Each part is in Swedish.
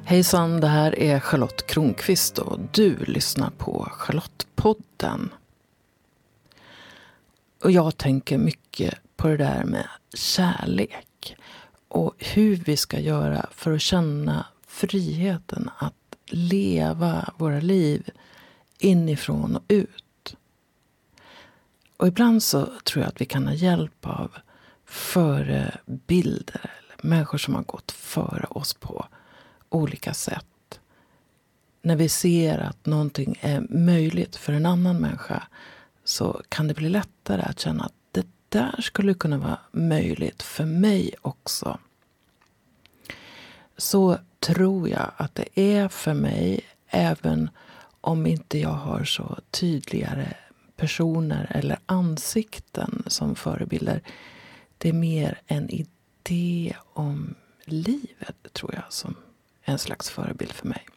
Hejsan, det här är Charlotte Kronqvist och du lyssnar på Charlottepodden. Och jag tänker mycket på det där med kärlek och hur vi ska göra för att känna friheten att leva våra liv inifrån och ut. Och ibland så tror jag att vi kan ha hjälp av förebilder eller människor som har gått före oss på olika sätt. När vi ser att någonting är möjligt för en annan människa så kan det bli lättare att känna att det där skulle kunna vara möjligt för mig också. Så tror jag att det är för mig, även om inte jag har så tydligare personer eller ansikten som förebilder. Det är mer en idé om livet, tror jag, som en slags förebild för mig.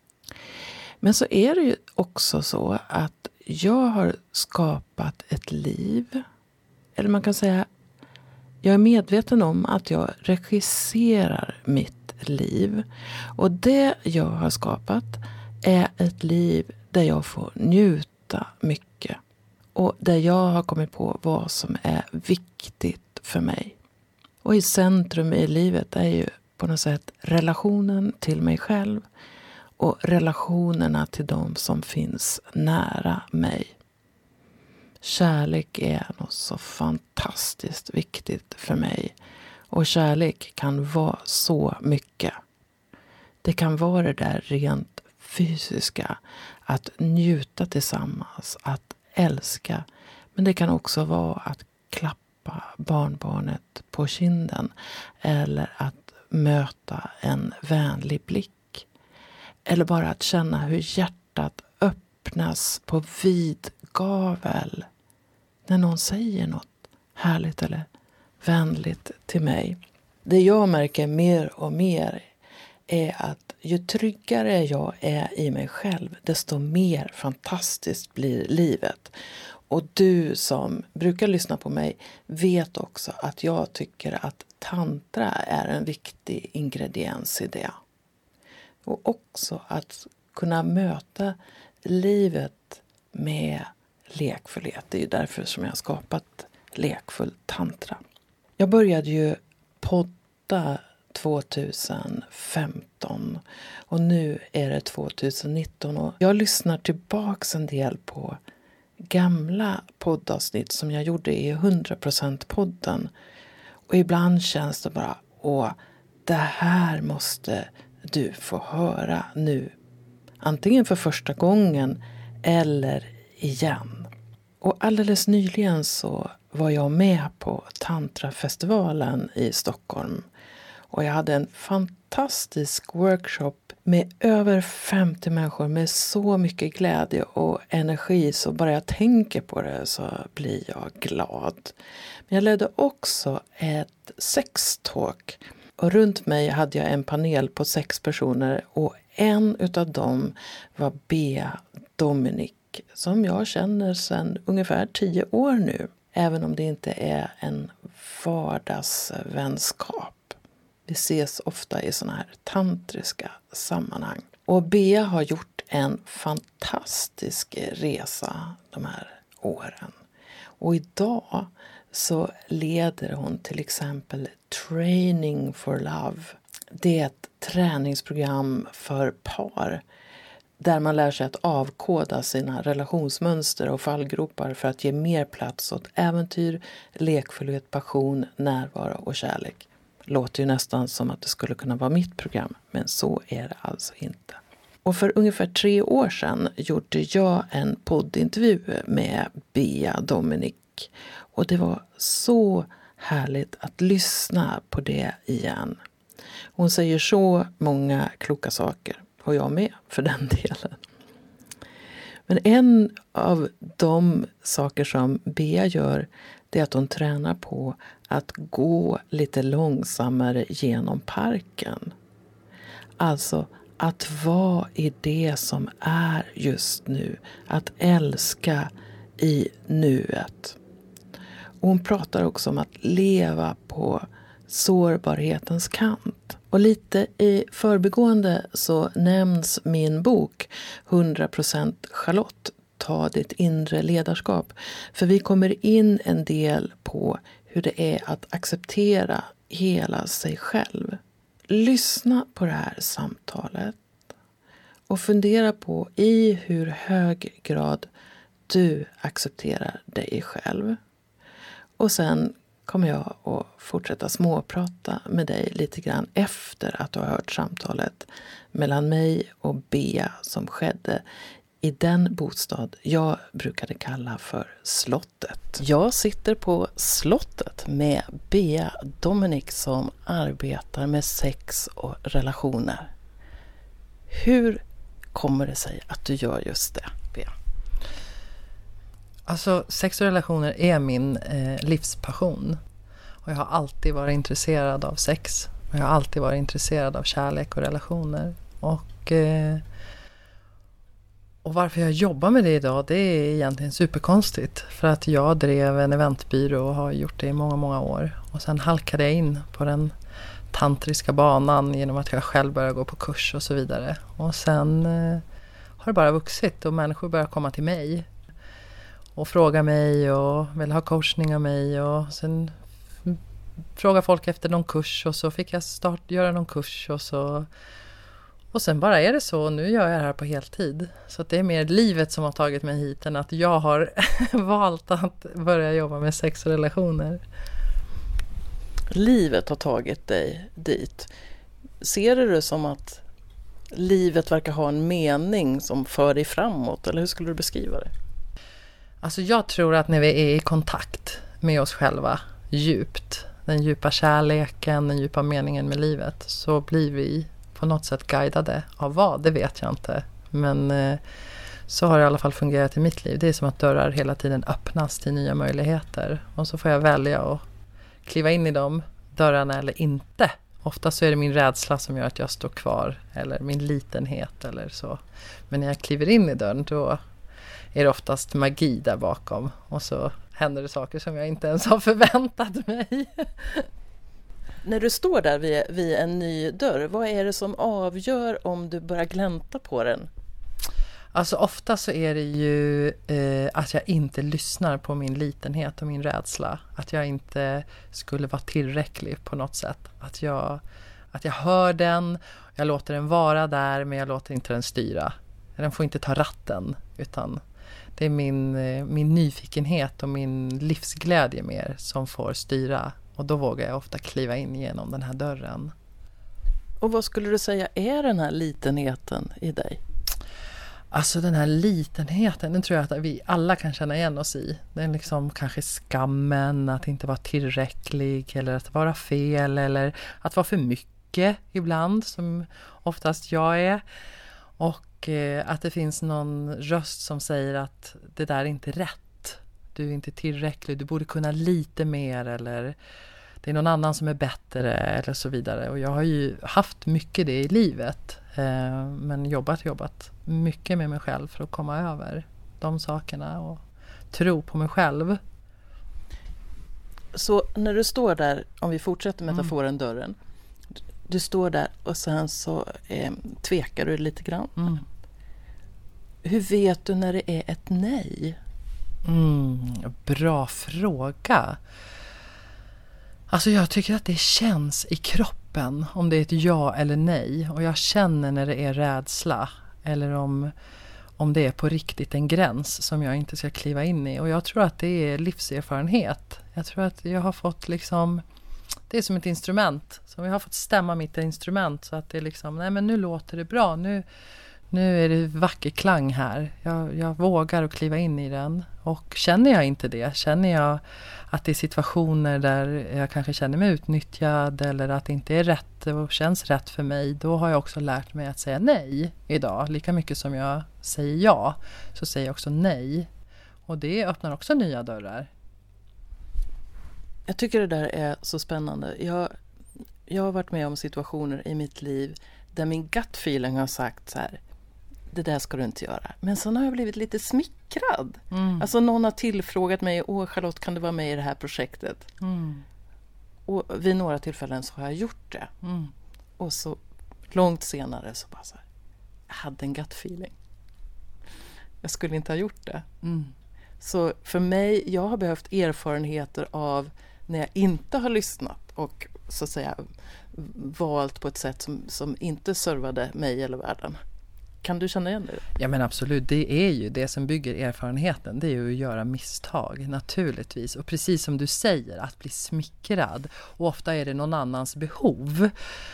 Men så är det ju också så att jag har skapat ett liv. Eller man kan säga, jag är medveten om att jag regisserar mitt liv. Och det jag har skapat är ett liv där jag får njuta mycket. Och där jag har kommit på vad som är viktigt för mig. Och i centrum i livet är ju på något sätt relationen till mig själv och relationerna till de som finns nära mig. Kärlek är något så fantastiskt viktigt för mig. Och kärlek kan vara så mycket. Det kan vara det där rent fysiska, att njuta tillsammans, att älska. Men det kan också vara att klappa barnbarnet på kinden eller att möta en vänlig blick. Eller bara att känna hur hjärtat öppnas på vid gavel när någon säger något härligt eller vänligt till mig. Det jag märker mer och mer är att ju tryggare jag är i mig själv, desto mer fantastiskt blir livet. Och du som brukar lyssna på mig vet också att jag tycker att tantra är en viktig ingrediens i det. Och också att kunna möta livet med lekfullhet. Det är ju därför som jag har skapat lekfull tantra. Jag började ju podda 2015 och nu är det 2019 och jag lyssnar tillbaks en del på gamla poddavsnitt som jag gjorde i 100%-podden. Och ibland känns det bara, det här måste du få höra nu. Antingen för första gången eller igen. Och alldeles nyligen så var jag med på Tantrafestivalen i Stockholm. Och jag hade en fantastisk workshop med över 50 människor med så mycket glädje och energi, så bara jag tänker på det så blir jag glad. Men jag ledde också ett sextalk och runt mig hade jag en panel på 6 personer och en utav dem var Bea Dominic som jag känner sedan ungefär 10 år nu, även om det inte är en vardagsvänskap. Vi ses ofta i såna här tantriska sammanhang. Och Bea har gjort en fantastisk resa de här åren. Och idag så leder hon till exempel Training for Love. Det är ett träningsprogram för par där man lär sig att avkoda sina relationsmönster och fallgropar för att ge mer plats åt äventyr, lekfullhet, passion, närvaro och kärlek. Låter ju nästan som att det skulle kunna vara mitt program, men så är det alltså inte. Och för ungefär 3 år sedan gjorde jag en poddintervju med Bea Dominic. Och det var så härligt att lyssna på det igen. Hon säger så många kloka saker, och jag med för den delen. Men en av de saker som Bea gör, det är att hon tränar på att gå lite långsammare genom parken. Alltså att vara i det som är just nu. Att älska i nuet. Och hon pratar också om att leva på sårbarhetens kant. Och lite i förbigående så nämns min bok 100% Charlotte, ta ditt inre ledarskap. För vi kommer in en del på hur det är att acceptera hela sig själv. Lyssna på det här samtalet och fundera på i hur hög grad du accepterar dig själv. Och sen kommer jag att fortsätta småprata med dig lite grann efter att du har hört samtalet mellan mig och Bea som skedde i den bostad jag brukade kalla för slottet. Jag sitter på slottet med Bea Dominik som arbetar med sex och relationer. Hur kommer det sig att du gör just det, Bea? Alltså, sex och relationer är min livspassion. Och jag har alltid varit intresserad av sex. Och jag har alltid varit intresserad av kärlek och relationer. Och varför jag jobbar med det idag, det är egentligen superkonstigt. För att jag drev en eventbyrå och har gjort det i många, många år. Och sen halkade jag in på den tantriska banan genom att jag själv började gå på kurs och så vidare. Och sen har det bara vuxit och människor börjar komma till mig. Och fråga mig och vill ha coachning av mig. Och sen frågar folk efter någon kurs och så fick jag göra någon kurs och sen bara är det så. Nu gör jag det här på heltid. Så att det är mer livet som har tagit mig hit än att jag har valt att börja jobba med sex och relationer. Livet har tagit dig dit. Ser du det som att livet verkar ha en mening som för dig framåt? Eller hur skulle du beskriva det? Alltså jag tror att när vi är i kontakt med oss själva djupt, den djupa kärleken, den djupa meningen med livet, så blir vi på något sätt guidade av vad, det vet jag inte. Men så har det i alla fall fungerat i mitt liv. Det är som att dörrar hela tiden öppnas till nya möjligheter. Och så får jag välja att kliva in i de dörrarna eller inte. Ofta så är det min rädsla som gör att jag står kvar, eller min litenhet eller så. Men när jag kliver in i dörren, då är det oftast magi där bakom. Och så händer det saker som jag inte ens har förväntat mig. När du står där vid en ny dörr, vad är det som avgör om du börjar glänta på den? Alltså ofta så är det ju att jag inte lyssnar på min litenhet och min rädsla. Att jag inte skulle vara tillräcklig på något sätt. Att jag hör den, jag låter den vara där, men jag låter inte den styra. Den får inte ta ratten, utan det är min nyfikenhet och min livsglädje mer som får styra. Och då vågar jag ofta kliva in genom den här dörren. Och vad skulle du säga är den här litenheten i dig? Alltså den här litenheten, den tror jag att vi alla kan känna igen oss i. Den liksom kanske skammen, att inte vara tillräcklig eller att vara fel eller att vara för mycket ibland, som oftast jag är. Och att det finns någon röst som säger att det där är inte rätt. Du är inte tillräcklig, du borde kunna lite mer, eller det är någon annan som är bättre eller så vidare. Och jag har ju haft mycket det i livet, men jobbat mycket med mig själv för att komma över de sakerna och tro på mig själv. Så när du står där, om vi fortsätter metaforen dörren, du står där och sen så tvekar du lite grann. Mm. Hur vet du när det är ett nej? Bra fråga. Alltså jag tycker att det känns i kroppen om det är ett ja eller nej. Och jag känner när det är rädsla eller om det är på riktigt en gräns som jag inte ska kliva in i. Och jag tror att det är livserfarenhet. Jag tror att jag har fått liksom, det är som ett instrument. Så jag har fått stämma mitt instrument så att det är liksom, nej men nu låter det bra. Nu är det vacker klang här. Jag vågar att kliva in i den. Och känner jag inte det, känner jag att det är situationer där jag kanske känner mig utnyttjad eller att det inte är rätt och känns rätt för mig, då har jag också lärt mig att säga nej idag. Lika mycket som jag säger ja, så säger jag också nej. Och det öppnar också nya dörrar. Jag tycker det där är så spännande. Jag har varit med om situationer i mitt liv där min gut feeling har sagt så här: det där ska du inte göra. Men sen har jag blivit lite smickrad. Alltså någon har tillfrågat mig, Charlotte, kan du vara med i det här projektet? Och vid några tillfällen så har jag gjort det. Och så långt senare så bara så här, jag hade en gut feeling. Jag skulle inte ha gjort det. Så för mig, jag har behövt erfarenheter av när jag inte har lyssnat och så att säga valt på ett sätt som inte servade mig eller världen. Kan du känna igen det? Ja, men absolut, det är ju det som bygger erfarenheten. Det är ju att göra misstag, naturligtvis. Och precis som du säger, att bli smickrad. Och ofta är det någon annans behov.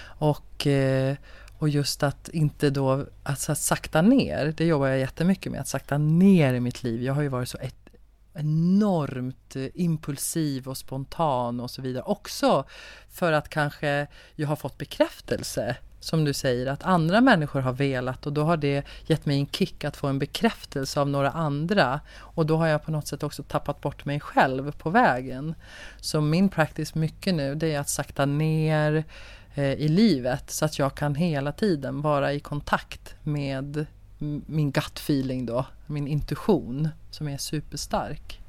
Och just att inte då, alltså att sakta ner. Det jobbar jag jättemycket med, att sakta ner i mitt liv. Jag har ju varit så enormt impulsiv och spontan och så vidare. Också för att kanske jag har fått bekräftelse, som du säger, att andra människor har velat, och då har det gett mig en kick att få en bekräftelse av några andra, och då har jag på något sätt också tappat bort mig själv på vägen. Så min practice mycket nu, det är att sakta ner i livet, så att jag kan hela tiden vara i kontakt med min gut feeling då, min intuition som är superstark.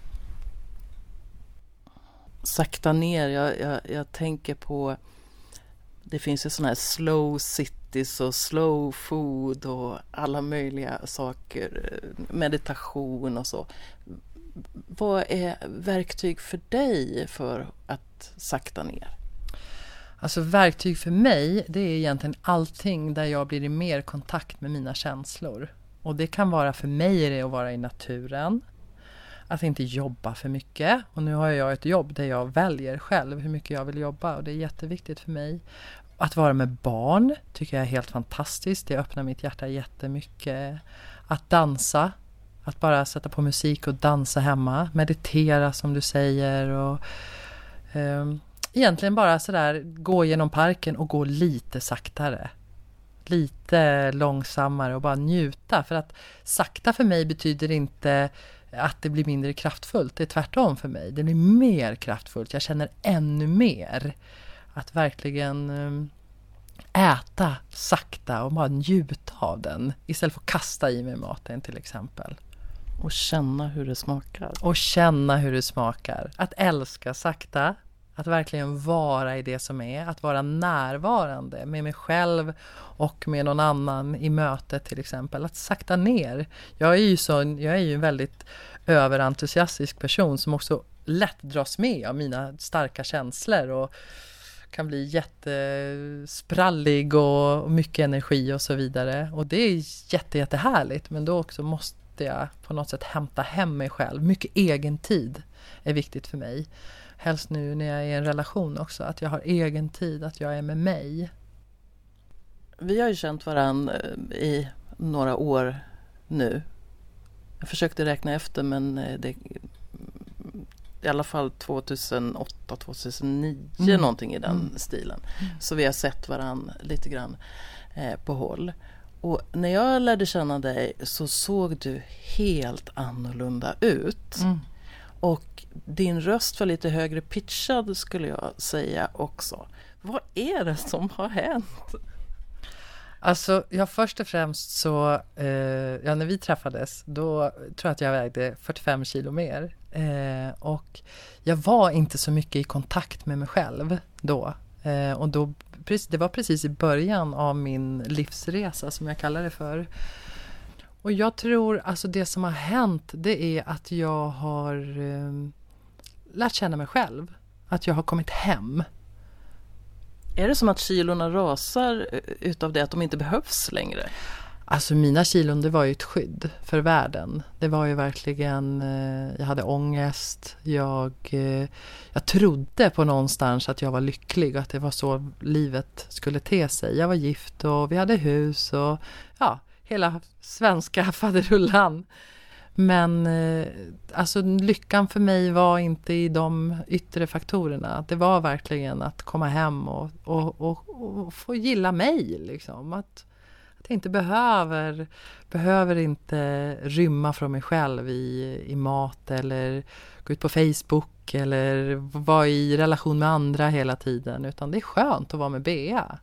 Sakta ner, jag tänker på, det finns ju sådana här slow cities och slow food och alla möjliga saker, meditation och så. Vad är verktyg för dig för att sakta ner? Alltså verktyg för mig, det är egentligen allting där jag blir i mer kontakt med mina känslor. Och det kan vara, för mig det att vara i naturen. Att inte jobba för mycket. Och nu har jag ett jobb där jag väljer själv hur mycket jag vill jobba. Och det är jätteviktigt för mig. Att vara med barn tycker jag är helt fantastiskt. Det öppnar mitt hjärta jättemycket. Att dansa. Att bara sätta på musik och dansa hemma. Meditera som du säger. Och egentligen bara sådär gå genom parken och gå lite saktare. Lite långsammare och bara njuta. För att sakta för mig betyder inte att det blir mindre kraftfullt. Det är tvärtom för mig. Det blir mer kraftfullt. Jag känner ännu mer. Att verkligen äta sakta och bara njuta av den. Istället för att kasta i mig maten till exempel. Och känna hur det smakar. Och känna hur det smakar. Att älska sakta. Att verkligen vara i det som är. Att vara närvarande med mig själv och med någon annan i mötet till exempel. Att sakta ner. Jag är ju en väldigt överentusiastisk person som också lätt dras med av mina starka känslor. Och kan bli jättesprallig och mycket energi och så vidare. Och det är jättehärligt. Men då också måste jag på något sätt hämta hem mig själv. Mycket egen tid är viktigt för mig. Helst nu när jag är i en relation också. Att jag har egen tid, att jag är med mig. Vi har ju känt varann i några år nu. Jag försökte räkna efter, men det i alla fall 2008-2009 någonting i den stilen. Så vi har sett varann lite grann på håll. Och när jag lärde känna dig så såg du helt annorlunda ut. Och din röst var lite högre pitchad skulle jag säga också. Vad är det som har hänt? Alltså, först och främst så, när vi träffades, då tror jag att jag vägde 45 kilo mer. Och jag var inte så mycket i kontakt med mig själv då. Och då, det var precis i början av min livsresa som jag kallar det för. Och jag tror, alltså det som har hänt, det är att jag har lärt känna mig själv. Att jag har kommit hem. Är det som att kilorna rasar utav det, att de inte behövs längre? Alltså mina kilon, det var ju ett skydd för världen. Det var ju verkligen, jag hade ångest. Jag trodde på någonstans att jag var lycklig och att det var så livet skulle te sig. Jag var gift och vi hade hus och ja, hela svenska faderullan. Men alltså lyckan för mig var inte i de yttre faktorerna. Det var verkligen att komma hem och få gilla mig liksom. Att jag inte behöver inte rymma från mig själv i mat eller gå ut på Facebook eller vara i relation med andra hela tiden. Utan det är skönt att vara med Bea.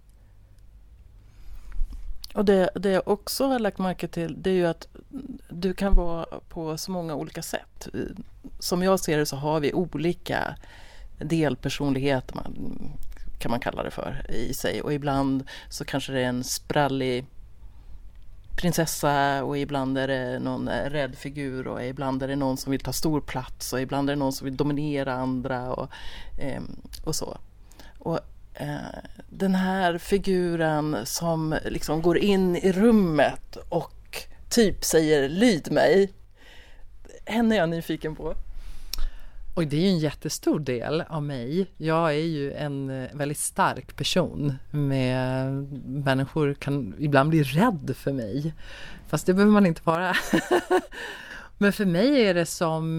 Och det jag också har lagt märke till, det är ju att du kan vara på så många olika sätt. Som jag ser det så har vi olika delpersonlighet kan man kalla det för i sig. Och ibland så kanske det är en sprallig prinsessa och ibland är det någon rädd figur och ibland är det någon som vill ta stor plats och ibland är det någon som vill dominera andra och så. Och den här figuren som liksom går in i rummet och typ säger lyd mig, henne är jag nyfiken på. Och det är ju en jättestor del av mig. Jag är ju en väldigt stark person. Människor kan ibland bli rädd för mig. Fast det behöver man inte vara. Men för mig är det som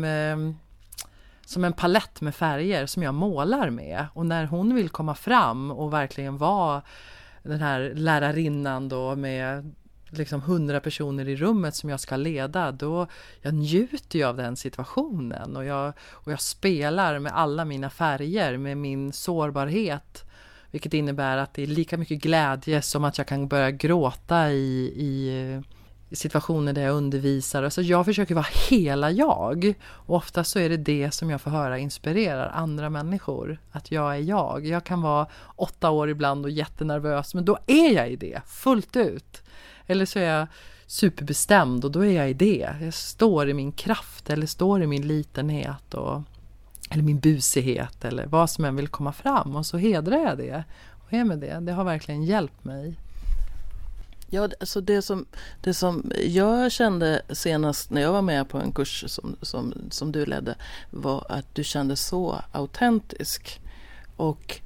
en palett med färger som jag målar med. Och när hon vill komma fram och verkligen vara den här lärarinnan då med liksom 100 personer i rummet som jag ska leda, då jag njuter ju av den situationen och jag spelar med alla mina färger, med min sårbarhet, vilket innebär att det är lika mycket glädje som att jag kan börja gråta i situationer där jag undervisar. Alltså jag försöker vara hela jag, och ofta så är det som jag får höra inspirerar andra människor, att jag är jag. Jag kan vara 8 år ibland och jättenervös, men då är jag i det fullt ut. Eller så är jag superbestämd och då är jag i det. Jag står i min kraft eller står i min litenhet eller min busighet eller vad som än vill komma fram, och så hedrar jag det och är med det. Det har verkligen hjälpt mig. Ja, alltså det som jag kände senast när jag var med på en kurs som du ledde var att du kände så autentisk. Och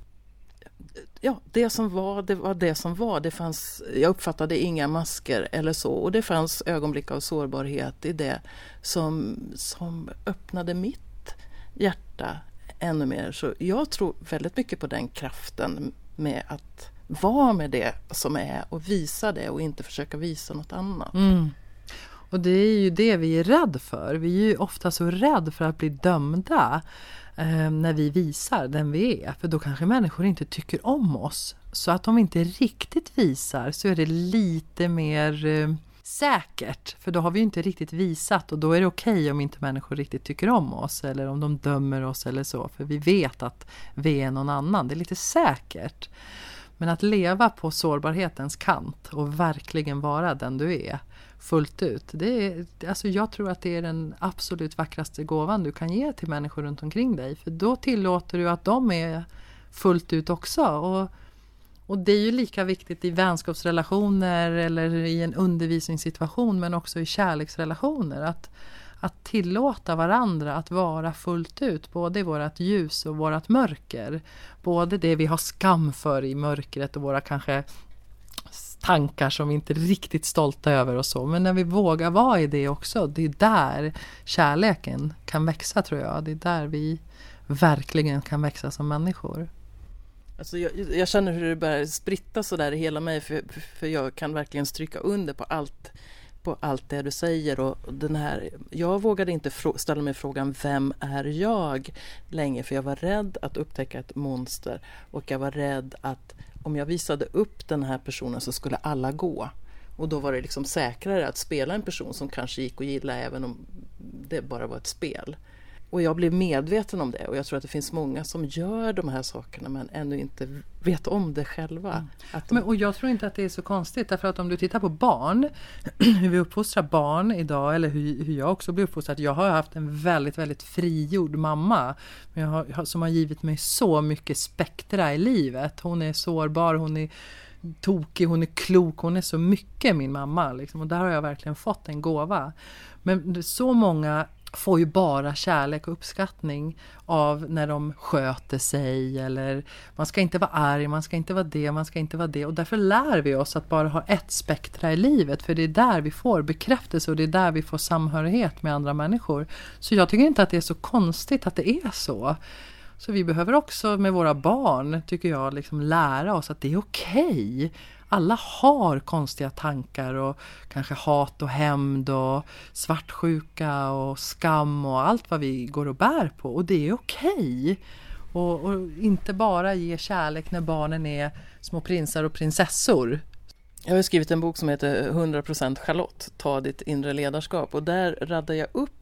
ja, det som var, det var det som var. Det fanns, jag uppfattade inga masker eller så. Och det fanns ögonblick av sårbarhet i det som öppnade mitt hjärta ännu mer. Så jag tror väldigt mycket på den kraften med att vara med det som är och visa det och inte försöka visa något annat. Mm. Och det är ju det vi är rädd för. Vi är ju ofta så rädd för att bli dömda när vi visar den vi är. För då kanske människor inte tycker om oss. Så att de inte riktigt visar så är det lite mer säkert. För då har vi ju inte riktigt visat, och då är det okej om inte människor riktigt tycker om oss eller om de dömer oss eller så. För vi vet att vi är någon annan. Det är lite säkert. Men att leva på sårbarhetens kant och verkligen vara den du är fullt ut. Alltså jag tror att det är den absolut vackraste gåvan du kan ge till människor runt omkring dig. För då tillåter du att de är fullt ut också. Och det är ju lika viktigt i vänskapsrelationer eller i en undervisningssituation, men också i kärleksrelationer. Att tillåta varandra att vara fullt ut, både i vårat ljus och vårat mörker. Både det vi har skam för i mörkret och våra kanske tankar som vi inte är riktigt stolta över och så. Men när vi vågar vara i det också, det är där kärleken kan växa, tror jag. Det är där vi verkligen kan växa som människor. Alltså jag känner hur det börjar spritta så där i hela mig, för jag kan verkligen stryka under på allt det du säger. Och den här, jag vågade inte ställa mig frågan vem är jag länge, för jag var rädd att upptäcka ett monster, och jag var rädd att om jag visade upp den här personen så skulle alla gå, och då var det liksom säkrare att spela en person som kanske gick och gillade även om det bara var ett spel. Och jag blev medveten om det, och jag tror att det finns många som gör de här sakerna men ännu inte vet om det själva. Och jag tror inte att det är så konstigt, därför att om du tittar på barn, hur vi uppfostrar barn idag, eller hur jag också blir uppfostrad. Jag har haft en väldigt, väldigt frigjord mamma som har givit mig så mycket spektra i livet. Hon är sårbar, hon är tokig, hon är klok, hon är så mycket min mamma. Liksom. Och där har jag verkligen fått en gåva. Men så många får ju bara kärlek och uppskattning av när de sköter sig, eller man ska inte vara arg, man ska inte vara det, man ska inte vara det, och därför lär vi oss att bara ha ett spektra i livet, för det är där vi får bekräftelse och det är där vi får samhörighet med andra människor. Så jag tycker inte att det är så konstigt att det är så. Så vi behöver också med våra barn, tycker jag, liksom lära oss att det är okej. Alla har konstiga tankar och kanske hat och hämnd och svartsjuka och skam och allt vad vi går och bär på. Och det är okej. Och inte bara ge kärlek när barnen är små prinsar och prinsessor. Jag har skrivit en bok som heter 100% Charlotte, ta ditt inre ledarskap. Och där raddar jag upp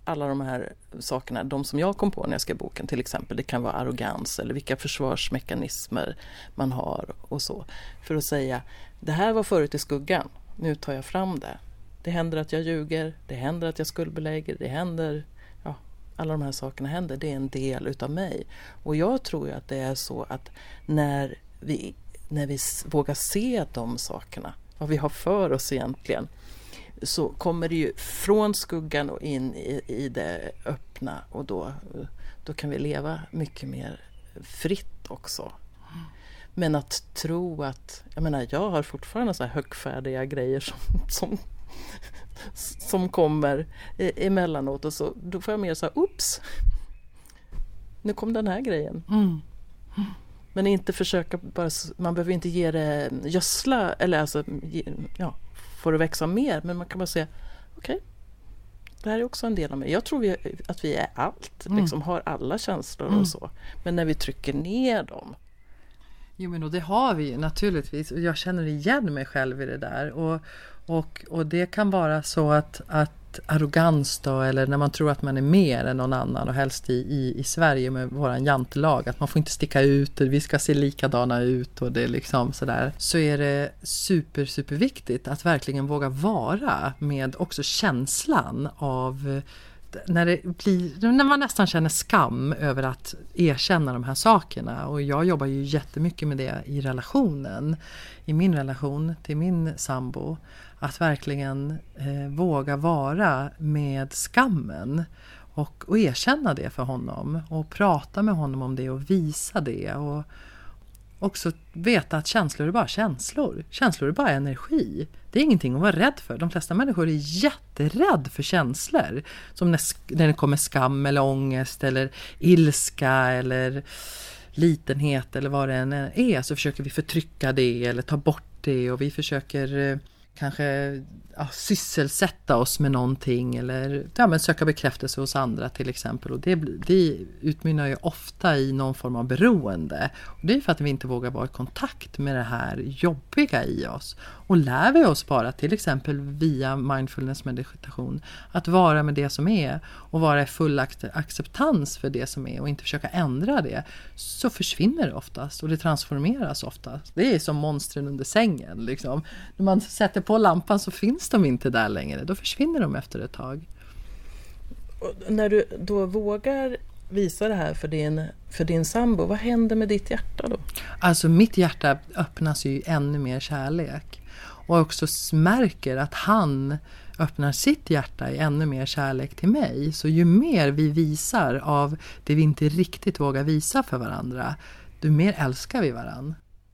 alla de här sakerna, de som jag kom på när jag skrev boken till exempel, det kan vara arrogans eller vilka försvarsmekanismer man har och så. För att säga, det här var förut i skuggan, nu tar jag fram det. Det händer att jag ljuger, det händer att jag skuldbelägger, det händer, ja, alla de här sakerna händer, det är en del utav mig. Och jag tror ju att det är så att när vi vågar se de sakerna, vad vi har för oss egentligen, så kommer det ju från skuggan och in i det öppna, och då kan vi leva mycket mer fritt också. Men att tro att, jag menar, jag har fortfarande så här högfärdiga grejer som kommer emellanåt, och så då får jag mer så här, oops, nu kom den här grejen. Men inte försöka bara, man behöver inte ge det gödsla eller alltså, ja, får det växa mer, men man kan bara säga okej, det här är också en del av mig. Jag tror att vi är allt, liksom har alla känslor och så. Men när vi trycker ner dem. Jo, men och det har vi ju naturligtvis, och jag känner igen mig själv i det där, och det kan vara så att arrogans då, eller när man tror att man är mer än någon annan, och helst i Sverige med våran jantelag, att man får inte sticka ut, vi ska se likadana ut, och det är liksom sådär, så är det superviktigt att verkligen våga vara med också känslan av när man nästan känner skam över att erkänna de här sakerna. Och jag jobbar ju jättemycket med det i relationen, i min relation till min sambo, att verkligen våga vara med skammen och erkänna det för honom, och prata med honom om det och visa det, och också veta att känslor är bara känslor. Känslor är bara energi. Det är ingenting att vara rädd för. De flesta människor är jätterädd för känslor. Som när det kommer skam eller ångest eller ilska eller litenhet eller vad det än är, så försöker vi förtrycka det eller ta bort det, och vi försöker kanske sysselsätta oss med någonting, eller söka bekräftelse hos andra till exempel, och det utmynnar ju ofta i någon form av beroende, och det är för att vi inte vågar vara i kontakt med det här jobbiga i oss. Och lär vi oss bara till exempel via mindfulness meditation att vara med det som är, och vara i full acceptans för det som är, och inte försöka ändra det, så försvinner det oftast, och det transformeras oftast. Det är som monstren under sängen liksom. När man sätter på lampan så finns de inte där längre, då försvinner de efter ett tag. Och när du då vågar visa det här för din sambo, vad händer med ditt hjärta då? Alltså mitt hjärta öppnas ju ännu mer kärlek, och också märker att han öppnar sitt hjärta i ännu mer kärlek till mig. Så ju mer vi visar av det vi inte riktigt vågar visa för varandra, ju mer älskar vi varandra.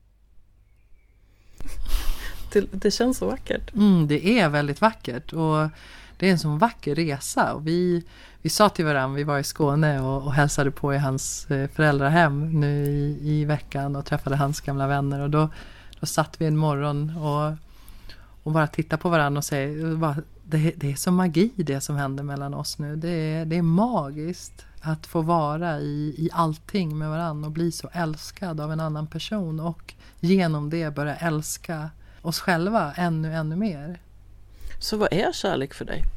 Det känns så vackert. Det är väldigt vackert, och det är en sån vacker resa. Och vi sa till varandra, vi var i Skåne och hälsade på i hans föräldrahem nu i veckan och träffade hans gamla vänner, och då satt vi en morgon och bara tittade på varandra och säger, det är så magi det som händer mellan oss nu. Det är magiskt att få vara i allting med varandra och bli så älskad av en annan person, och genom det börja älska oss själva ännu mer. Så vad är kärlek för dig?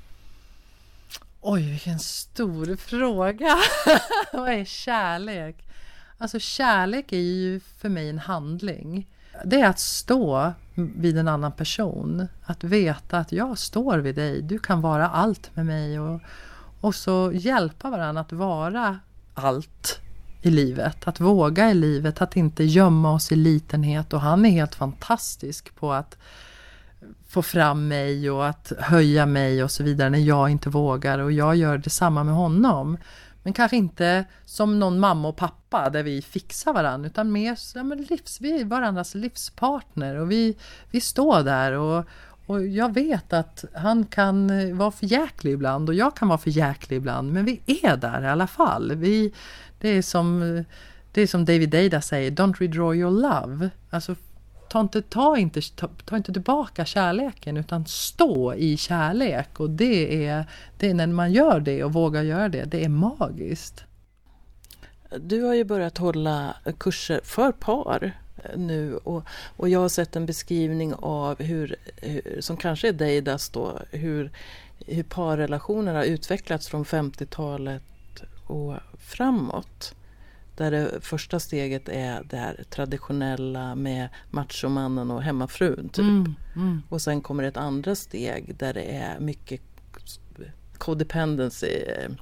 Oj, vilken stor fråga. Vad är kärlek? Alltså kärlek är ju för mig en handling. Det är att stå vid en annan person. Att veta att jag står vid dig. Du kan vara allt med mig. Och så hjälpa varandra att vara allt i livet. Att våga i livet. Att inte gömma oss i litenhet. Och han är helt fantastisk på att få fram mig och att höja mig och så vidare när jag inte vågar. Och jag gör detsamma med honom. Men kanske inte som någon mamma och pappa där vi fixar varandra, utan mer vi är varandras livspartner, och vi står där, och jag vet att han kan vara för jäklig ibland och jag kan vara för jäklig ibland, men vi är där i alla fall. Det är som David Deida säger, don't withdraw your love. Alltså ta inte tillbaka kärleken, utan stå i kärlek, och det är när man gör det och vågar göra det är magiskt. Du har ju börjat hålla kurser för par nu, och jag har sett en beskrivning av hur som kanske är Deidas då, hur hur parrelationer har utvecklats från 50-talet och framåt. Där det första steget är det här traditionella med machomannen och hemmafrun typ. Och sen kommer ett andra steg där det är mycket codependency.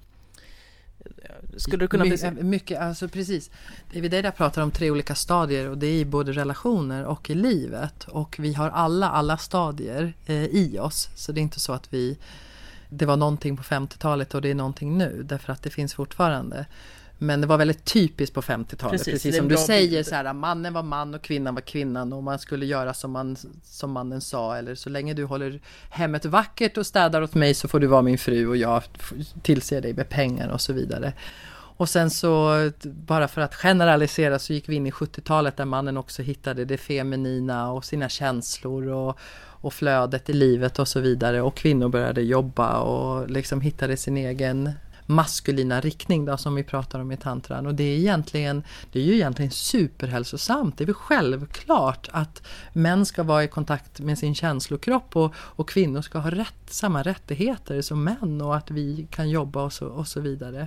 Skulle det kunna bli mycket, alltså precis. David Deida pratar om 3 olika stadier och det är i både relationer och i livet. Och vi har alla stadier i oss. Så det är inte så att det var någonting på 50-talet och det är någonting nu. Därför att det finns fortfarande. Men det var väldigt typiskt på 50-talet. Precis som du säger, så här, mannen var man och kvinnan var kvinnan. Och man skulle göra som mannen sa. Eller så länge du håller hemmet vackert och städar åt mig så får du vara min fru. Och jag tillser dig med pengar och så vidare. Och sen så, bara för att generalisera, så gick vi in i 70-talet där mannen också hittade det feminina och sina känslor och flödet i livet och så vidare. Och kvinnor började jobba och liksom hittade sin egen maskulina riktning då, som vi pratar om i tantran. Och det är ju egentligen superhälsosamt. Det är väl självklart att män ska vara i kontakt med sin känslokropp och kvinnor ska ha samma rättigheter som män och att vi kan jobba och så vidare.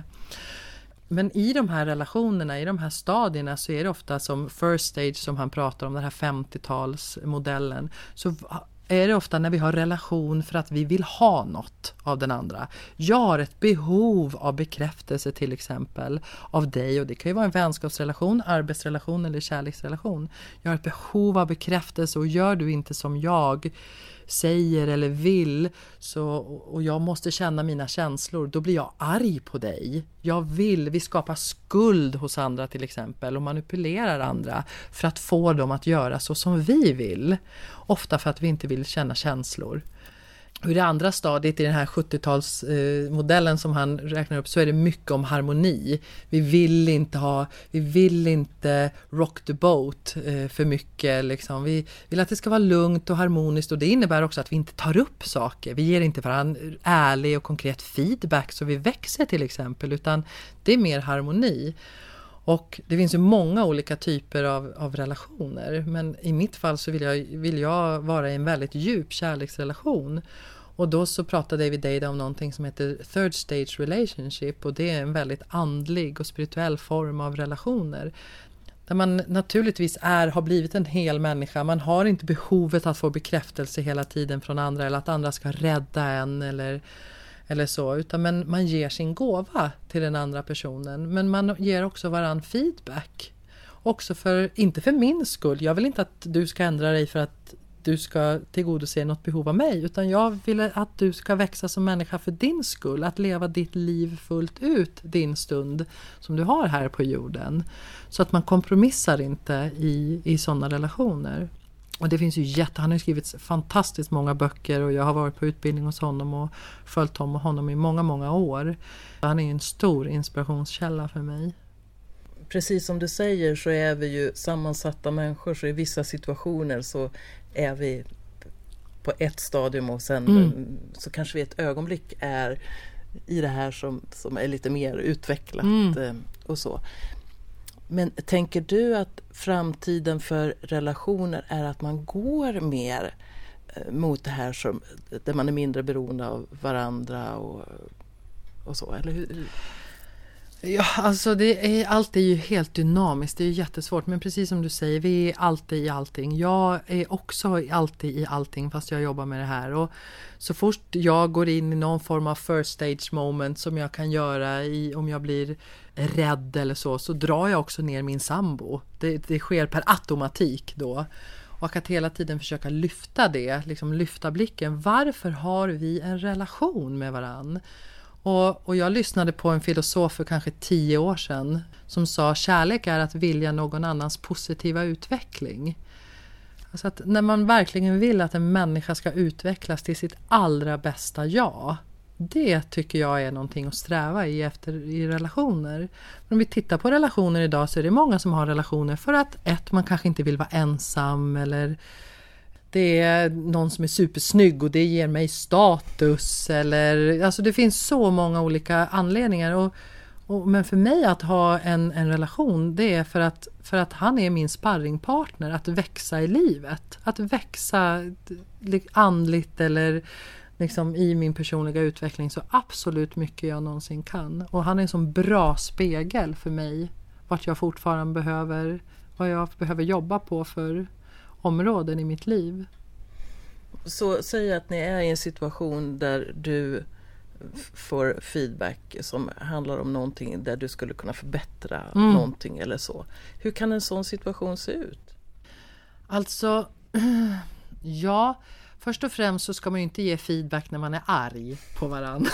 Men i de här relationerna, i de här stadierna, så är det ofta som first stage som han pratar om, den här 50-talsmodellen, så är det ofta när vi har relation för att vi vill ha något av den andra. Jag har ett behov av bekräftelse till exempel av dig, och det kan ju vara en vänskapsrelation, arbetsrelation eller kärleksrelation. Jag har ett behov av bekräftelse och gör du inte som jag säger eller vill och jag måste känna mina känslor, då blir jag arg på dig. Vi skapar skuld hos andra till exempel och manipulerar andra för att få dem att göra så som vi vill. Ofta för att vi inte vill känna känslor. Och i det andra stadiet i den här 70-talsmodellen som han räknar upp, så är det mycket om harmoni. Vi vill inte rock the boat för mycket. Liksom. Vi vill att det ska vara lugnt och harmoniskt, och det innebär också att vi inte tar upp saker. Vi ger inte varandra ärlig och konkret feedback så vi växer till exempel, utan det är mer harmoni. Och det finns ju många olika typer av relationer. Men i mitt fall så vill jag vara i en väldigt djup kärleksrelation. Och då så pratar David Deida om någonting som heter third stage relationship. Och det är en väldigt andlig och spirituell form av relationer. Där man naturligtvis har blivit en hel människa. Man har inte behovet att få bekräftelse hela tiden från andra. Eller att andra ska rädda en eller så, utan man ger sin gåva till den andra personen, men man ger också varann feedback. Också inte för min skull. Jag vill inte att du ska ändra dig för att du ska tillgodose något behov av mig, utan jag vill att du ska växa som människa för din skull, att leva ditt liv fullt ut din stund som du har här på jorden. Så att man kompromissar inte i sådana relationer. Och det finns ju han har skrivit fantastiskt många böcker, och jag har varit på utbildning hos honom och följt honom i många, många år. Han är en stor inspirationskälla för mig. Precis som du säger så är vi ju sammansatta människor, så i vissa situationer så är vi på ett stadium och sen så kanske vi ett ögonblick är i det här som är lite mer utvecklat och så. Men tänker du att framtiden för relationer är att man går mer mot det här där man är mindre beroende av varandra och så, eller hur? Ja, alltså allt är ju helt dynamiskt, det är ju jättesvårt, men precis som du säger, vi är alltid i allting. Jag är också alltid i allting fast jag jobbar med det här, och så fort jag går in i någon form av first stage moment som jag kan göra om jag blir rädd eller så drar jag också ner min sambo. Det sker per automatik då. Och att hela tiden försöka lyfta det, liksom lyfta blicken. Varför har vi en relation med varann? Och jag lyssnade på en filosof för kanske 10 år sedan som sa: kärlek är att vilja någon annans positiva utveckling. Alltså att när man verkligen vill att en människa ska utvecklas till sitt allra bästa jag, det tycker jag är någonting att sträva i relationer. Men om vi tittar på relationer idag, så är det många som har relationer för att man kanske inte vill vara ensam, eller det är någon som är supersnygg och det ger mig status, eller alltså det finns så många olika anledningar, men för mig att ha en relation, det är för att han är min sparringpartner att växa i livet, att växa andligt eller liksom i min personliga utveckling så absolut mycket jag någonsin kan. Och han är en sån bra spegel för mig. Vart jag fortfarande behöver, vad jag behöver jobba på för områden i mitt liv. Så säg att ni är i en situation där du får feedback som handlar om någonting där du skulle kunna förbättra någonting eller så. Hur kan en sån situation se ut? Alltså, ja, först och främst så ska man ju inte ge feedback när man är arg på varandra.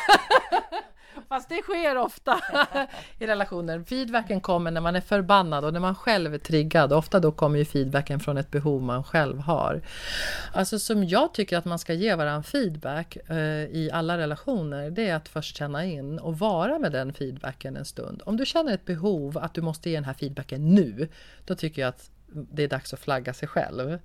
Fast det sker ofta i relationer. Feedbacken kommer när man är förbannad och när man själv är triggad. Ofta då kommer ju feedbacken från ett behov man själv har. Alltså som jag tycker att man ska ge varandra feedback i alla relationer, det är att först känna in och vara med den feedbacken en stund. Om du känner ett behov att du måste ge den här feedbacken nu, då tycker jag att det är dags att flagga sig själv.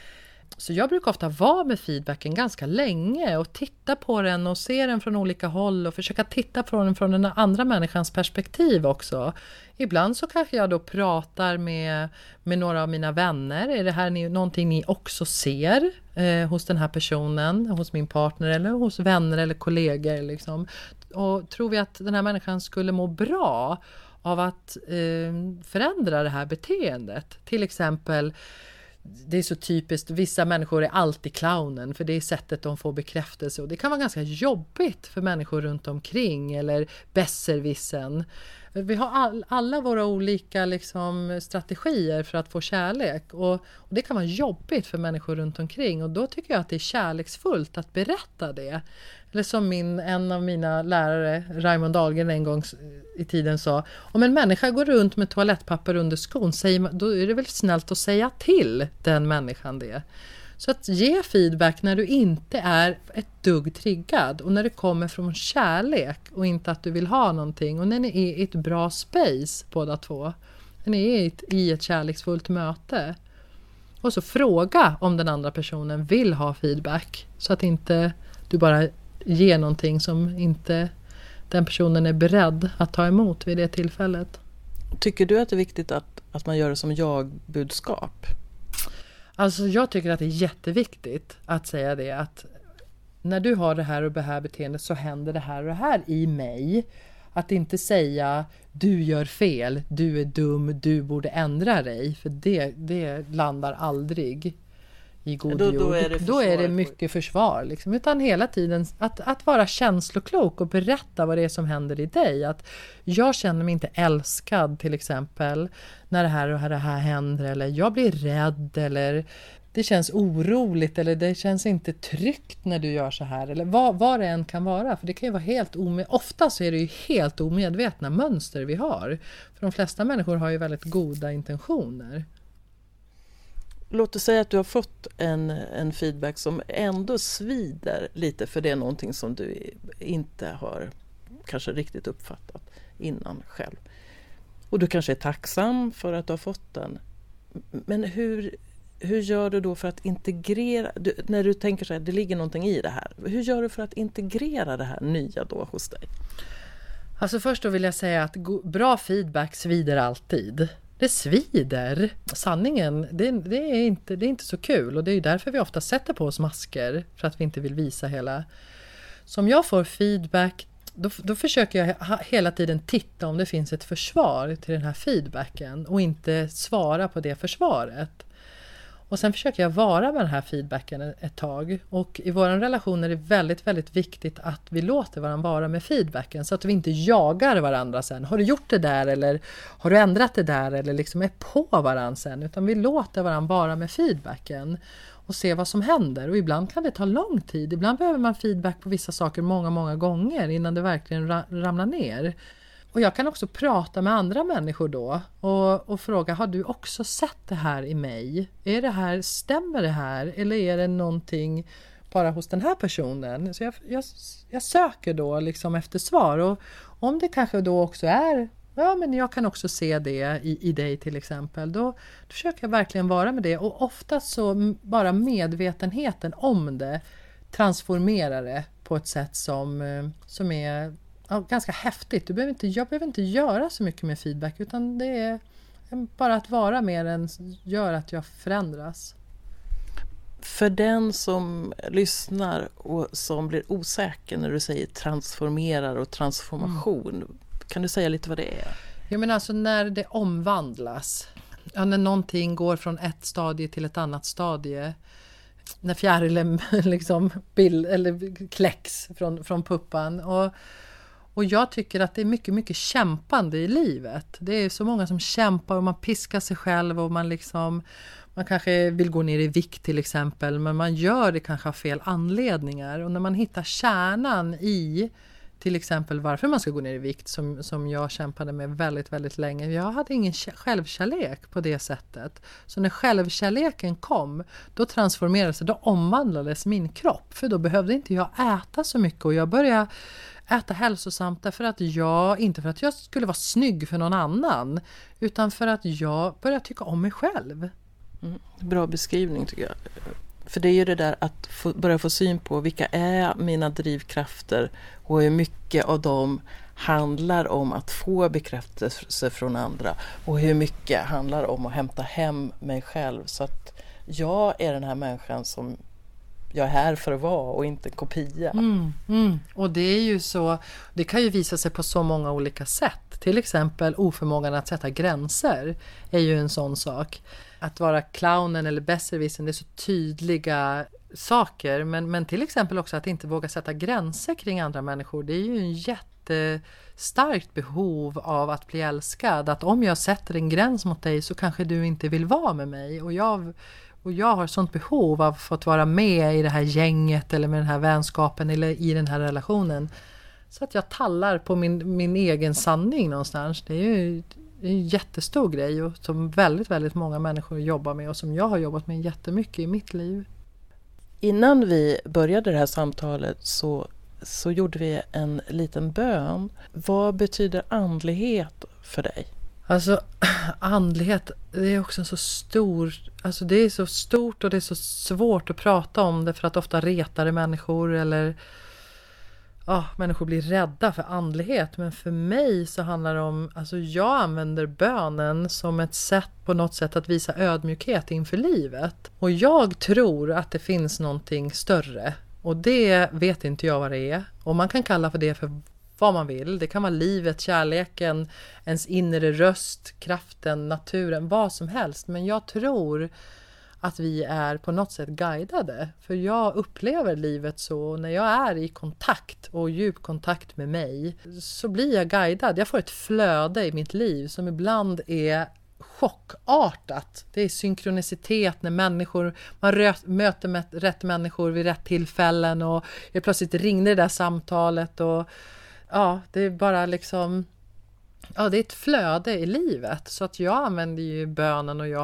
Så jag brukar ofta vara med feedbacken ganska länge och titta på den och se den från olika håll och försöka titta på den från den andra människans perspektiv också. Ibland så kanske jag då pratar med några av mina vänner. Är det här någonting ni också ser hos den här personen, hos min partner eller hos vänner eller kollegor liksom? Och tror vi att den här människan skulle må bra av att förändra det här beteendet? Till exempel, det är så typiskt, vissa människor är alltid clownen för det är sättet de får bekräftelse och det kan vara ganska jobbigt för människor runt omkring eller besserwissern. Vi har alla våra olika liksom, strategier för att få kärlek och det kan vara jobbigt för människor runt omkring och då tycker jag att det är kärleksfullt att berätta det. Eller som en av mina lärare, Raymond Dahlgren, en gång i tiden sa, om en människa går runt med toalettpapper under skon, då är det väl snällt att säga till den människan det. Så att ge feedback när du inte är ett dugg triggad och när det kommer från kärlek och inte att du vill ha någonting och när ni är i ett bra space båda två. När ni är i ett kärleksfullt möte. Och så fråga om den andra personen vill ha feedback så att inte du bara ger någonting som inte den personen är beredd att ta emot vid det tillfället. Tycker du att det är viktigt att man gör det som jag-budskap? Alltså jag tycker att det är jätteviktigt att säga det, att när du har det här och det här beteendet så händer det här och det här i mig. Att inte säga du gör fel, du är dum, du borde ändra dig. För det landar aldrig i god jord. Då är det mycket försvar. Liksom. Utan hela tiden att vara känsloklok och berätta vad det är som händer i dig. Att jag känner mig inte älskad till exempel när det här och det här händer. Eller jag blir rädd eller det känns oroligt eller det känns inte tryggt när du gör så här. Eller vad det än kan vara. För det kan ju vara helt ofta så är det ju helt omedvetna mönster vi har. För de flesta människor har ju väldigt goda intentioner. Låt oss säga att du har fått en feedback som ändå svider lite för det är någonting som du inte har kanske riktigt uppfattat innan själv. Och du kanske är tacksam för att du har fått den. Men hur gör du då för att integrera, när du tänker så här, det ligger någonting i det här. Hur gör du för att integrera det här nya då hos dig? Alltså först då vill jag säga att bra feedback svider alltid. Det svider. Sanningen, det är inte så kul. Och det är ju därför vi ofta sätter på oss masker. För att vi inte vill visa hela. Så om jag får feedback, då försöker jag hela tiden titta om det finns ett försvar till den här feedbacken. Och inte svara på det försvaret. Och sen försöker jag vara med den här feedbacken ett tag. Och i vår relation är det väldigt, väldigt viktigt att vi låter varandra vara med feedbacken. Så att vi inte jagar varandra sen. Har du gjort det där? Eller har du ändrat det där? Eller liksom är på varandra sen. Utan vi låter varandra vara med feedbacken. Och se vad som händer. Och ibland kan det ta lång tid. Ibland behöver man feedback på vissa saker många, många gånger. Innan det verkligen ramlar ner. Och jag kan också prata med andra människor då och fråga, har du också sett det här i mig? Stämmer det här? Eller är det någonting bara hos den här personen? Så jag söker då liksom efter svar. Och om det kanske då också är, ja men jag kan också se det i dig till exempel. Då försöker jag verkligen vara med det. Och ofta så bara medvetenheten om det transformerar det på ett sätt som är... Ja, ganska häftigt. Jag behöver inte göra så mycket med feedback utan det är bara att vara med den gör att jag förändras. För den som lyssnar och som blir osäker när du säger transformerar och transformation, kan du säga lite vad det är? Jag menar alltså när det omvandlas, när någonting går från ett stadie till ett annat stadie, när fjärilen liksom kläcks från puppan. Och jag tycker att det är mycket, mycket kämpande i livet. Det är så många som kämpar och man piskar sig själv och man kanske vill gå ner i vikt till exempel, men man gör det kanske av fel anledningar. Och när man hittar kärnan i till exempel varför man ska gå ner i vikt, som jag kämpade med väldigt, väldigt länge. Jag hade ingen självkärlek på det sättet. Så när självkärleken kom, då transformerades det, då omvandlades min kropp. För då behövde inte jag äta så mycket och jag började äta hälsosamt inte för att jag skulle vara snygg för någon annan, utan för att jag började tycka om mig själv. Bra beskrivning tycker jag. För det är ju det där att börja få syn på vilka är mina drivkrafter och hur mycket av dem handlar om att få bekräftelse från andra och hur mycket handlar om att hämta hem mig själv så att jag är den här människan som jag är här för att vara och inte en kopia. Och det är ju så, det kan ju visa sig på så många olika sätt. Till exempel oförmågan att sätta gränser är ju en sån sak. Att vara clownen eller besserwissern, det är så tydliga saker. Men till exempel också att inte våga sätta gränser kring andra människor. Det är ju en jättestarkt behov av att bli älskad. Att om jag sätter en gräns mot dig så kanske du inte vill vara med mig. Och jag har sånt behov av att få vara med i det här gänget eller med den här vänskapen eller i den här relationen. Så att jag tallar på min egen sanning någonstans. Det är ju en jättestor grej och som väldigt, väldigt många människor jobbar med och som jag har jobbat med jättemycket i mitt liv. Innan vi började det här samtalet så gjorde vi en liten bön. Vad betyder andlighet för dig? Alltså andlighet, det är också så stor, alltså det är så stort och det är så svårt att prata om det för att ofta retar det människor eller människor blir rädda för andlighet. Men för mig så handlar det om, alltså jag använder bönen som ett sätt på något sätt att visa ödmjukhet inför livet. Och jag tror att det finns någonting större och det vet inte jag vad det är. Och man kan kalla för det för vad man vill. Det kan vara livet, kärleken, ens inre röst, kraften, naturen, vad som helst. Men jag tror att vi är på något sätt guidade. För jag upplever livet så, när jag är i kontakt och djup kontakt med mig så blir jag guidad. Jag får ett flöde i mitt liv som ibland är chockartat. Det är synkronicitet när man möter med rätt människor vid rätt tillfällen och jag plötsligt ringde det där samtalet och det är bara liksom det är ett flöde i livet. Så att jag använder ju bönen och jag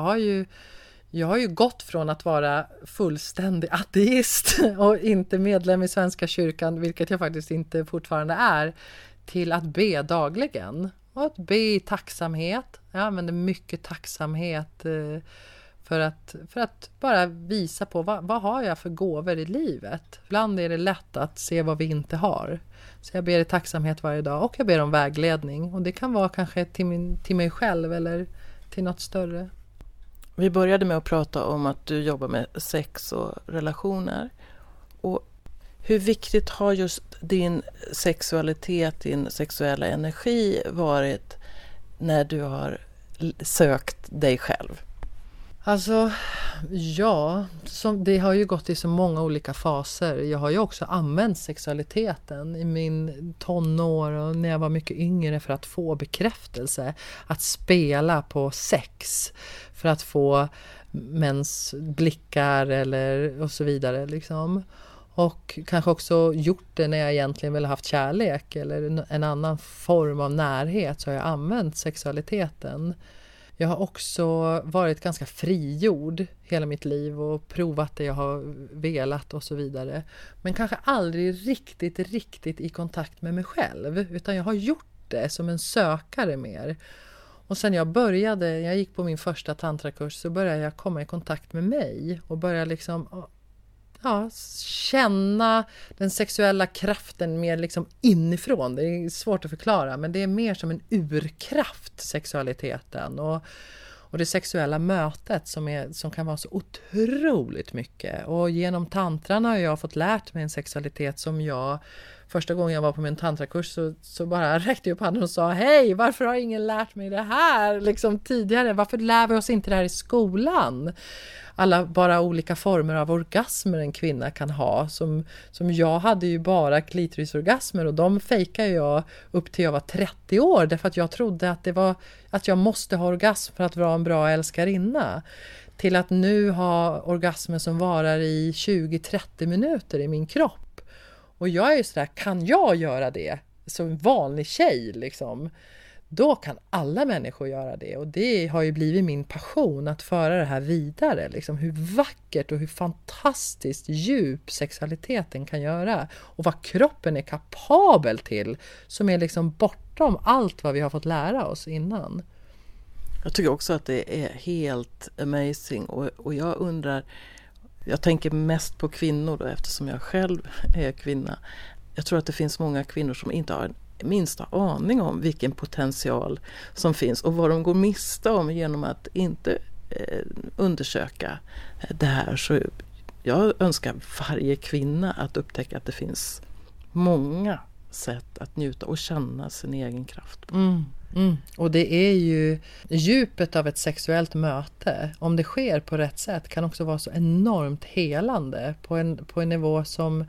har ju gått från att vara fullständig ateist och inte medlem i Svenska kyrkan, vilket jag faktiskt inte fortfarande är, till att be dagligen. Och att be i tacksamhet. Jag använder mycket tacksamhet för att bara visa på vad har jag för gåvor i livet. Ibland är det lätt att se vad vi inte har. Så jag ber i tacksamhet varje dag och jag ber om vägledning. Och det kan vara kanske till mig själv eller till något större. Vi började med att prata om att du jobbar med sex och relationer. Och hur viktigt har just din sexualitet, din sexuella energi varit när du har sökt dig själv? Alltså, det har ju gått i så många olika faser. Jag har ju också använt sexualiteten i min tonår och när jag var mycket yngre för att få bekräftelse. Att spela på sex för att få mäns blickar och så vidare liksom. Och kanske också gjort det när jag egentligen ville haft kärlek eller en annan form av närhet, så har jag använt sexualiteten. Jag har också varit ganska frigjord hela mitt liv och provat det jag har velat och så vidare. Men kanske aldrig riktigt i kontakt med mig själv, utan jag har gjort det som en sökare mer. Och sen jag gick på min första tantrakurs, så började jag komma i kontakt med mig och började liksom känna den sexuella kraften mer liksom inifrån. Det är svårt att förklara, men det är mer som en urkraft, sexualiteten. Och det sexuella mötet som kan vara så otroligt mycket. Och genom tantran har jag fått lärt mig en sexualitet som jag... Första gången jag var på min tantrakurs så bara räckte jag upp handen och sa hej, varför har ingen lärt mig det här liksom tidigare? Varför lär vi oss inte det här i skolan? Alla bara olika former av orgasmer en kvinna kan ha. Som jag hade ju bara klitorisorgasmer och de fejkade jag upp till jag var 30 år. Därför att jag trodde att jag måste ha orgasm för att vara en bra älskarinna. Till att nu ha orgasmer som varar i 20-30 minuter i min kropp. Och jag är ju sådär, kan jag göra det som en vanlig tjej liksom? Då kan alla människor göra det. Och det har ju blivit min passion att föra det här vidare. Liksom, hur vackert och hur fantastiskt djup sexualiteten kan göra. Och vad kroppen är kapabel till. Som är liksom bortom allt vad vi har fått lära oss innan. Jag tycker också att det är helt amazing. Och jag undrar... Jag tänker mest på kvinnor då, eftersom jag själv är kvinna. Jag tror att det finns många kvinnor som inte har minsta aning om vilken potential som finns och vad de går miste om genom att inte undersöka det här. Så jag önskar varje kvinna att upptäcka att det finns många sätt att njuta och känna sin egen kraft på. Och det är ju djupet av ett sexuellt möte, om det sker på rätt sätt, kan också vara så enormt helande på en nivå som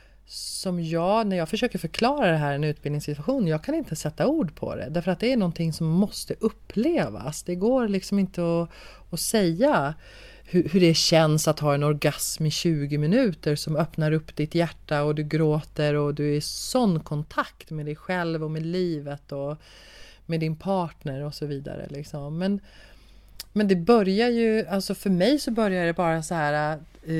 jag, när jag försöker förklara det här i en utbildningssituation, jag kan inte sätta ord på det. Därför att det är någonting som måste upplevas. Det går liksom inte att säga hur det känns att ha en orgasm i 20 minuter som öppnar upp ditt hjärta och du gråter och du är i sån kontakt med dig själv och med livet och med din partner och så vidare. Liksom. Men det börjar ju, alltså för mig så börjar det bara så här...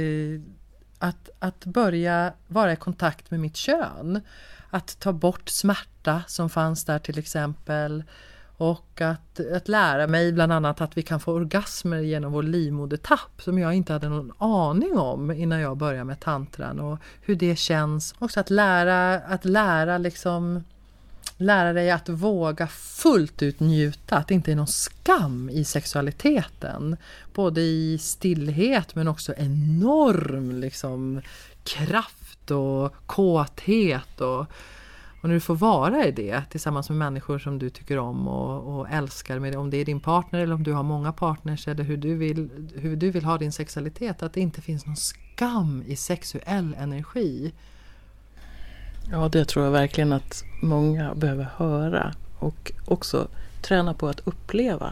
Att börja vara i kontakt med mitt kön. Att ta bort smärta som fanns där till exempel. Och att lära mig bland annat att vi kan få orgasmer genom vår livmodertapp. Som jag inte hade någon aning om innan jag började med tantran. Och hur det känns. Också att lära dig att våga fullt ut njuta. Att det inte är någon skam i sexualiteten. Både i stillhet men också enorm liksom, kraft och kåthet. Och när du får vara i det tillsammans med människor som du tycker om och älskar. Med, om det är din partner eller om du har många partners. Eller hur du vill ha din sexualitet. Att det inte finns någon skam i sexuell energi. Ja, det tror jag verkligen att många behöver höra och också träna på att uppleva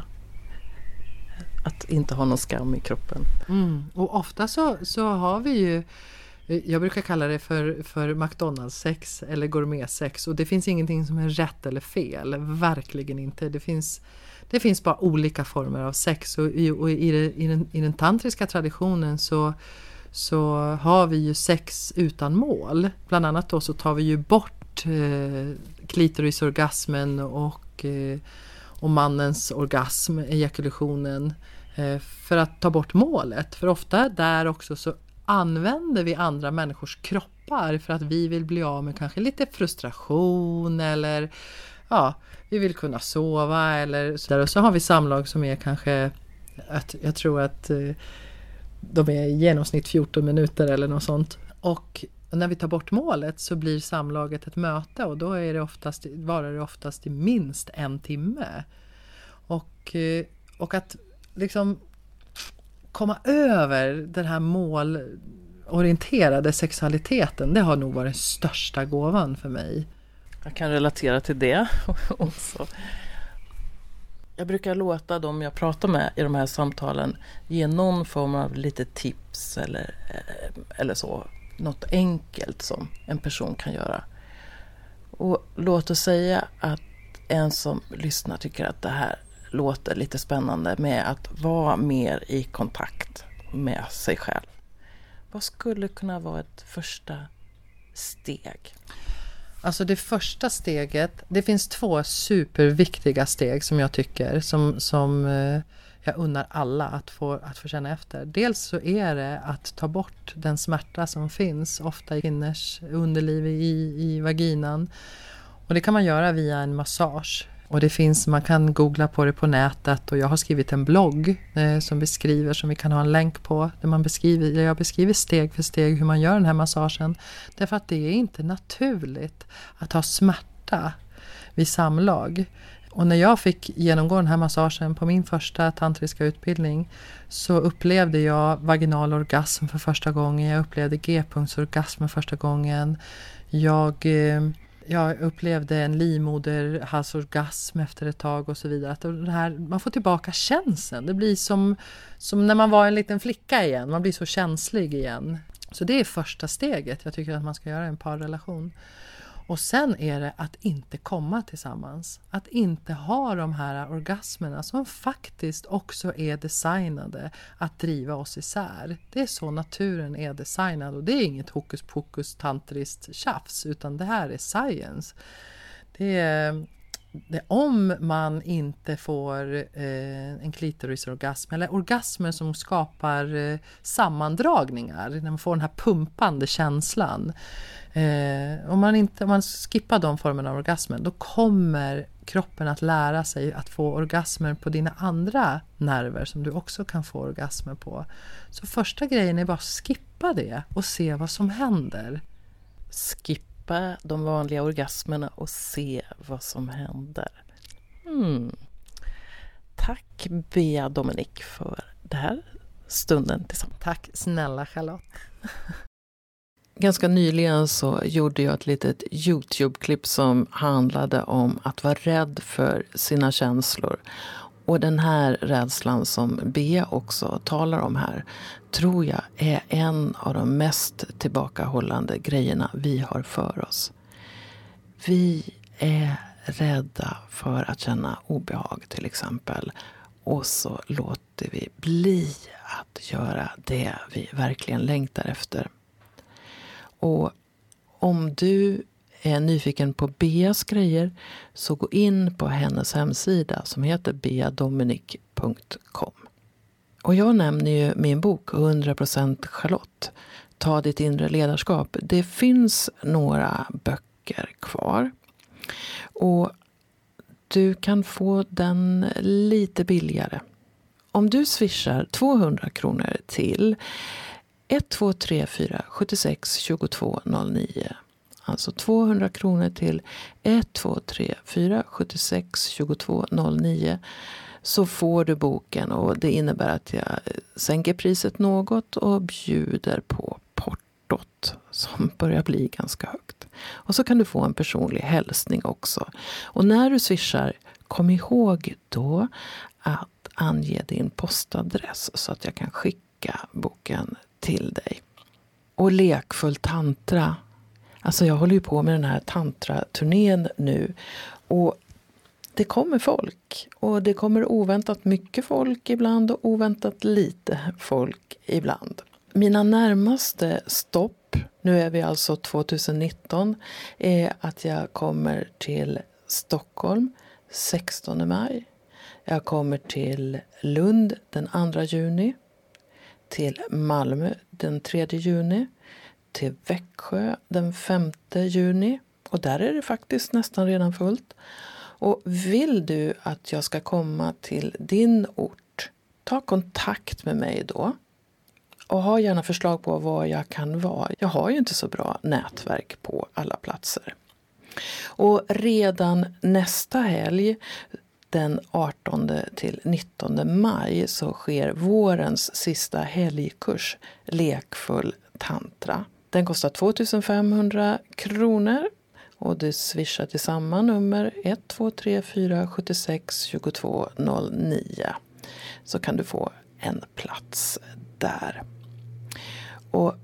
att inte ha någon skam i kroppen. Och ofta så har vi ju, jag brukar kalla det för McDonald's-sex eller gourmet-sex, och det finns ingenting som är rätt eller fel, verkligen inte. Det finns bara olika former av sex och i den tantriska traditionen så har vi ju sex utan mål. Bland annat då så tar vi ju bort klitorisorgasmen och mannens orgasm, ejakulationen, för att ta bort målet. För ofta där också så använder vi andra människors kroppar för att vi vill bli av med kanske lite frustration eller ja, vi vill kunna sova eller så där. Och så har vi samlag som är kanske, jag tror att de är i genomsnitt 14 minuter eller något sånt. Och när vi tar bort målet så blir samlaget ett möte och då varar det oftast i minst 1 timme. Och att liksom komma över den här målorienterade sexualiteten, det har nog varit den största gåvan för mig. Jag kan relatera till det också. Jag brukar låta dem jag pratar med i de här samtalen ge någon form av lite tips eller så. Något enkelt som en person kan göra. Och låt oss säga att en som lyssnar tycker att det här låter lite spännande med att vara mer i kontakt med sig själv. Vad skulle kunna vara ett första steg? Alltså det första steget, det finns 2 superviktiga steg som jag tycker som jag unnar alla att få känna efter. Dels så är det att ta bort den smärta som finns ofta i kvinnors underliv i vaginan. Och det kan man göra via en massage. Och det finns, man kan googla på det på nätet, och jag har skrivit en blogg som vi kan ha en länk på, där jag beskriver steg för steg hur man gör den här massagen. Därför att det är inte naturligt att ha smärta vid samlag. Och när jag fick genomgå den här massagen på min första tantriska utbildning, så upplevde jag vaginal orgasm för första gången. Jag upplevde g-punktsorgasm för första gången. Jag upplevde en livmoderhalsorgasm efter ett tag och så vidare. Att det här, man får tillbaka känslan. Det blir som när man var en liten flicka igen. Man blir så känslig igen. Så det är första steget jag tycker att man ska göra i en parrelation. Och sen är det att inte komma tillsammans. Att inte ha de här orgasmerna som faktiskt också är designade att driva oss isär. Det är så naturen är designad, och det är inget hokus pokus tantriskt tjafs, utan det här är science. Om man inte får en klitorisorgasm eller orgasmer som skapar sammandragningar, när man får den här pumpande känslan. Om man skippar de formerna av orgasmer, då kommer kroppen att lära sig att få orgasmer på dina andra nerver som du också kan få orgasmer på. Så första grejen är bara att skippa det och se vad som händer. Skippa de vanliga orgasmerna och se vad som händer. Tack Bea Dominik för den här stunden tillsammans. Tack snälla Charlotte. Ganska nyligen så gjorde jag ett litet YouTube-klipp som handlade om att vara rädd för sina känslor. Och den här rädslan som Bea också talar om här, tror jag är en av de mest tillbakahållande grejerna vi har för oss. Vi är rädda för att känna obehag till exempel. Och så låter vi bli att göra det vi verkligen längtar efter. Och om du är nyfiken på Beas grejer, så gå in på hennes hemsida som heter beadominic.com. Och jag nämner ju min bok 100% Charlotte. Ta ditt inre ledarskap. Det finns några böcker kvar. Och du kan få den lite billigare. Om du swishar 200 kronor till 1234 76 22 09. Alltså 200 kronor till 1234 76 22 09. Så får du boken, och det innebär att jag sänker priset något och bjuder på portot som börjar bli ganska högt. Och så kan du få en personlig hälsning också. Och när du swishar, kom ihåg då att ange din postadress så att jag kan skicka boken till dig. Och lekfull tantra. Alltså jag håller ju på med den här tantra-turnén nu. Och det kommer folk. Och det kommer oväntat mycket folk ibland och oväntat lite folk ibland. Mina närmaste stopp, nu är vi alltså 2019, är att jag kommer till Stockholm 16 maj. Jag kommer till Lund den 2 juni. Till Malmö den 3 juni. Till Växjö den 5 juni. Och där är det faktiskt nästan redan fullt. Och vill du att jag ska komma till din ort, ta kontakt med mig då. Och ha gärna förslag på vad jag kan vara. Jag har ju inte så bra nätverk på alla platser. Och redan nästa helg, den 18 till 19 maj, så sker vårens sista helgkurs, Lekfull tantra. Den kostar 2500 kronor. Och du swishar till samma nummer 1234 76 22 09. Så kan du få en plats där. Och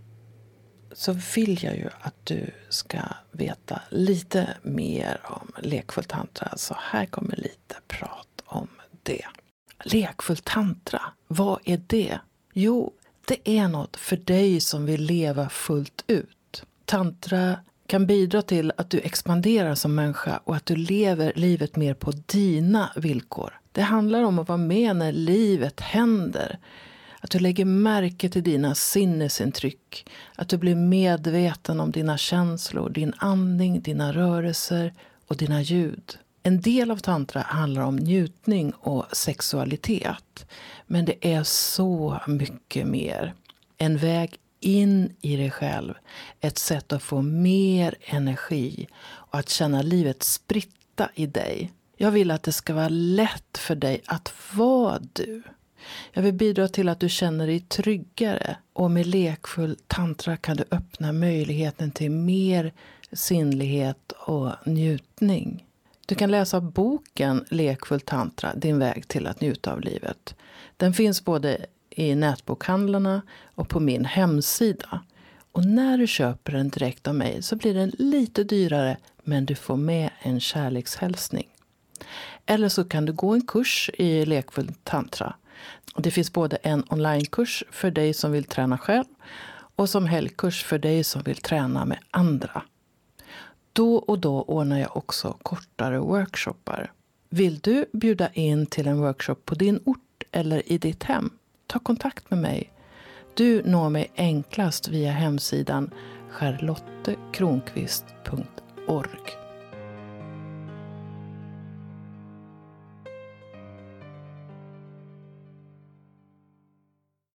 så vill jag ju att du ska veta lite mer om lekfull tantra. Så här kommer lite prat om det. Lekfull tantra, vad är det? Jo, det är något för dig som vill leva fullt ut. Tantra kan bidra till att du expanderar som människa och att du lever livet mer på dina villkor. Det handlar om att vara med när livet händer. Att du lägger märke till dina sinnesintryck. Att du blir medveten om dina känslor, din andning, dina rörelser och dina ljud. En del av tantra handlar om njutning och sexualitet. Men det är så mycket mer. En väg in i dig själv. Ett sätt att få mer energi och att känna livet spritta i dig. Jag vill att det ska vara lätt för dig att vara du. Jag vill bidra till att du känner dig tryggare. Och med lekfull tantra kan du öppna möjligheten till mer sinnlighet och njutning. Du kan läsa boken Lekfull tantra, din väg till att njuta av livet. Den finns både i nätbokhandlarna och på min hemsida. Och när du köper den direkt av mig så blir den lite dyrare, men du får med en kärlekshälsning. Eller så kan du gå en kurs i Lekfull tantra. Det finns både en onlinekurs för dig som vill träna själv och som helgkurs för dig som vill träna med andra. Då och då ordnar jag också kortare workshoppar. Vill du bjuda in till en workshop på din ort eller i ditt hem? Ta kontakt med mig. Du når mig enklast via hemsidan charlottekronqvist.org.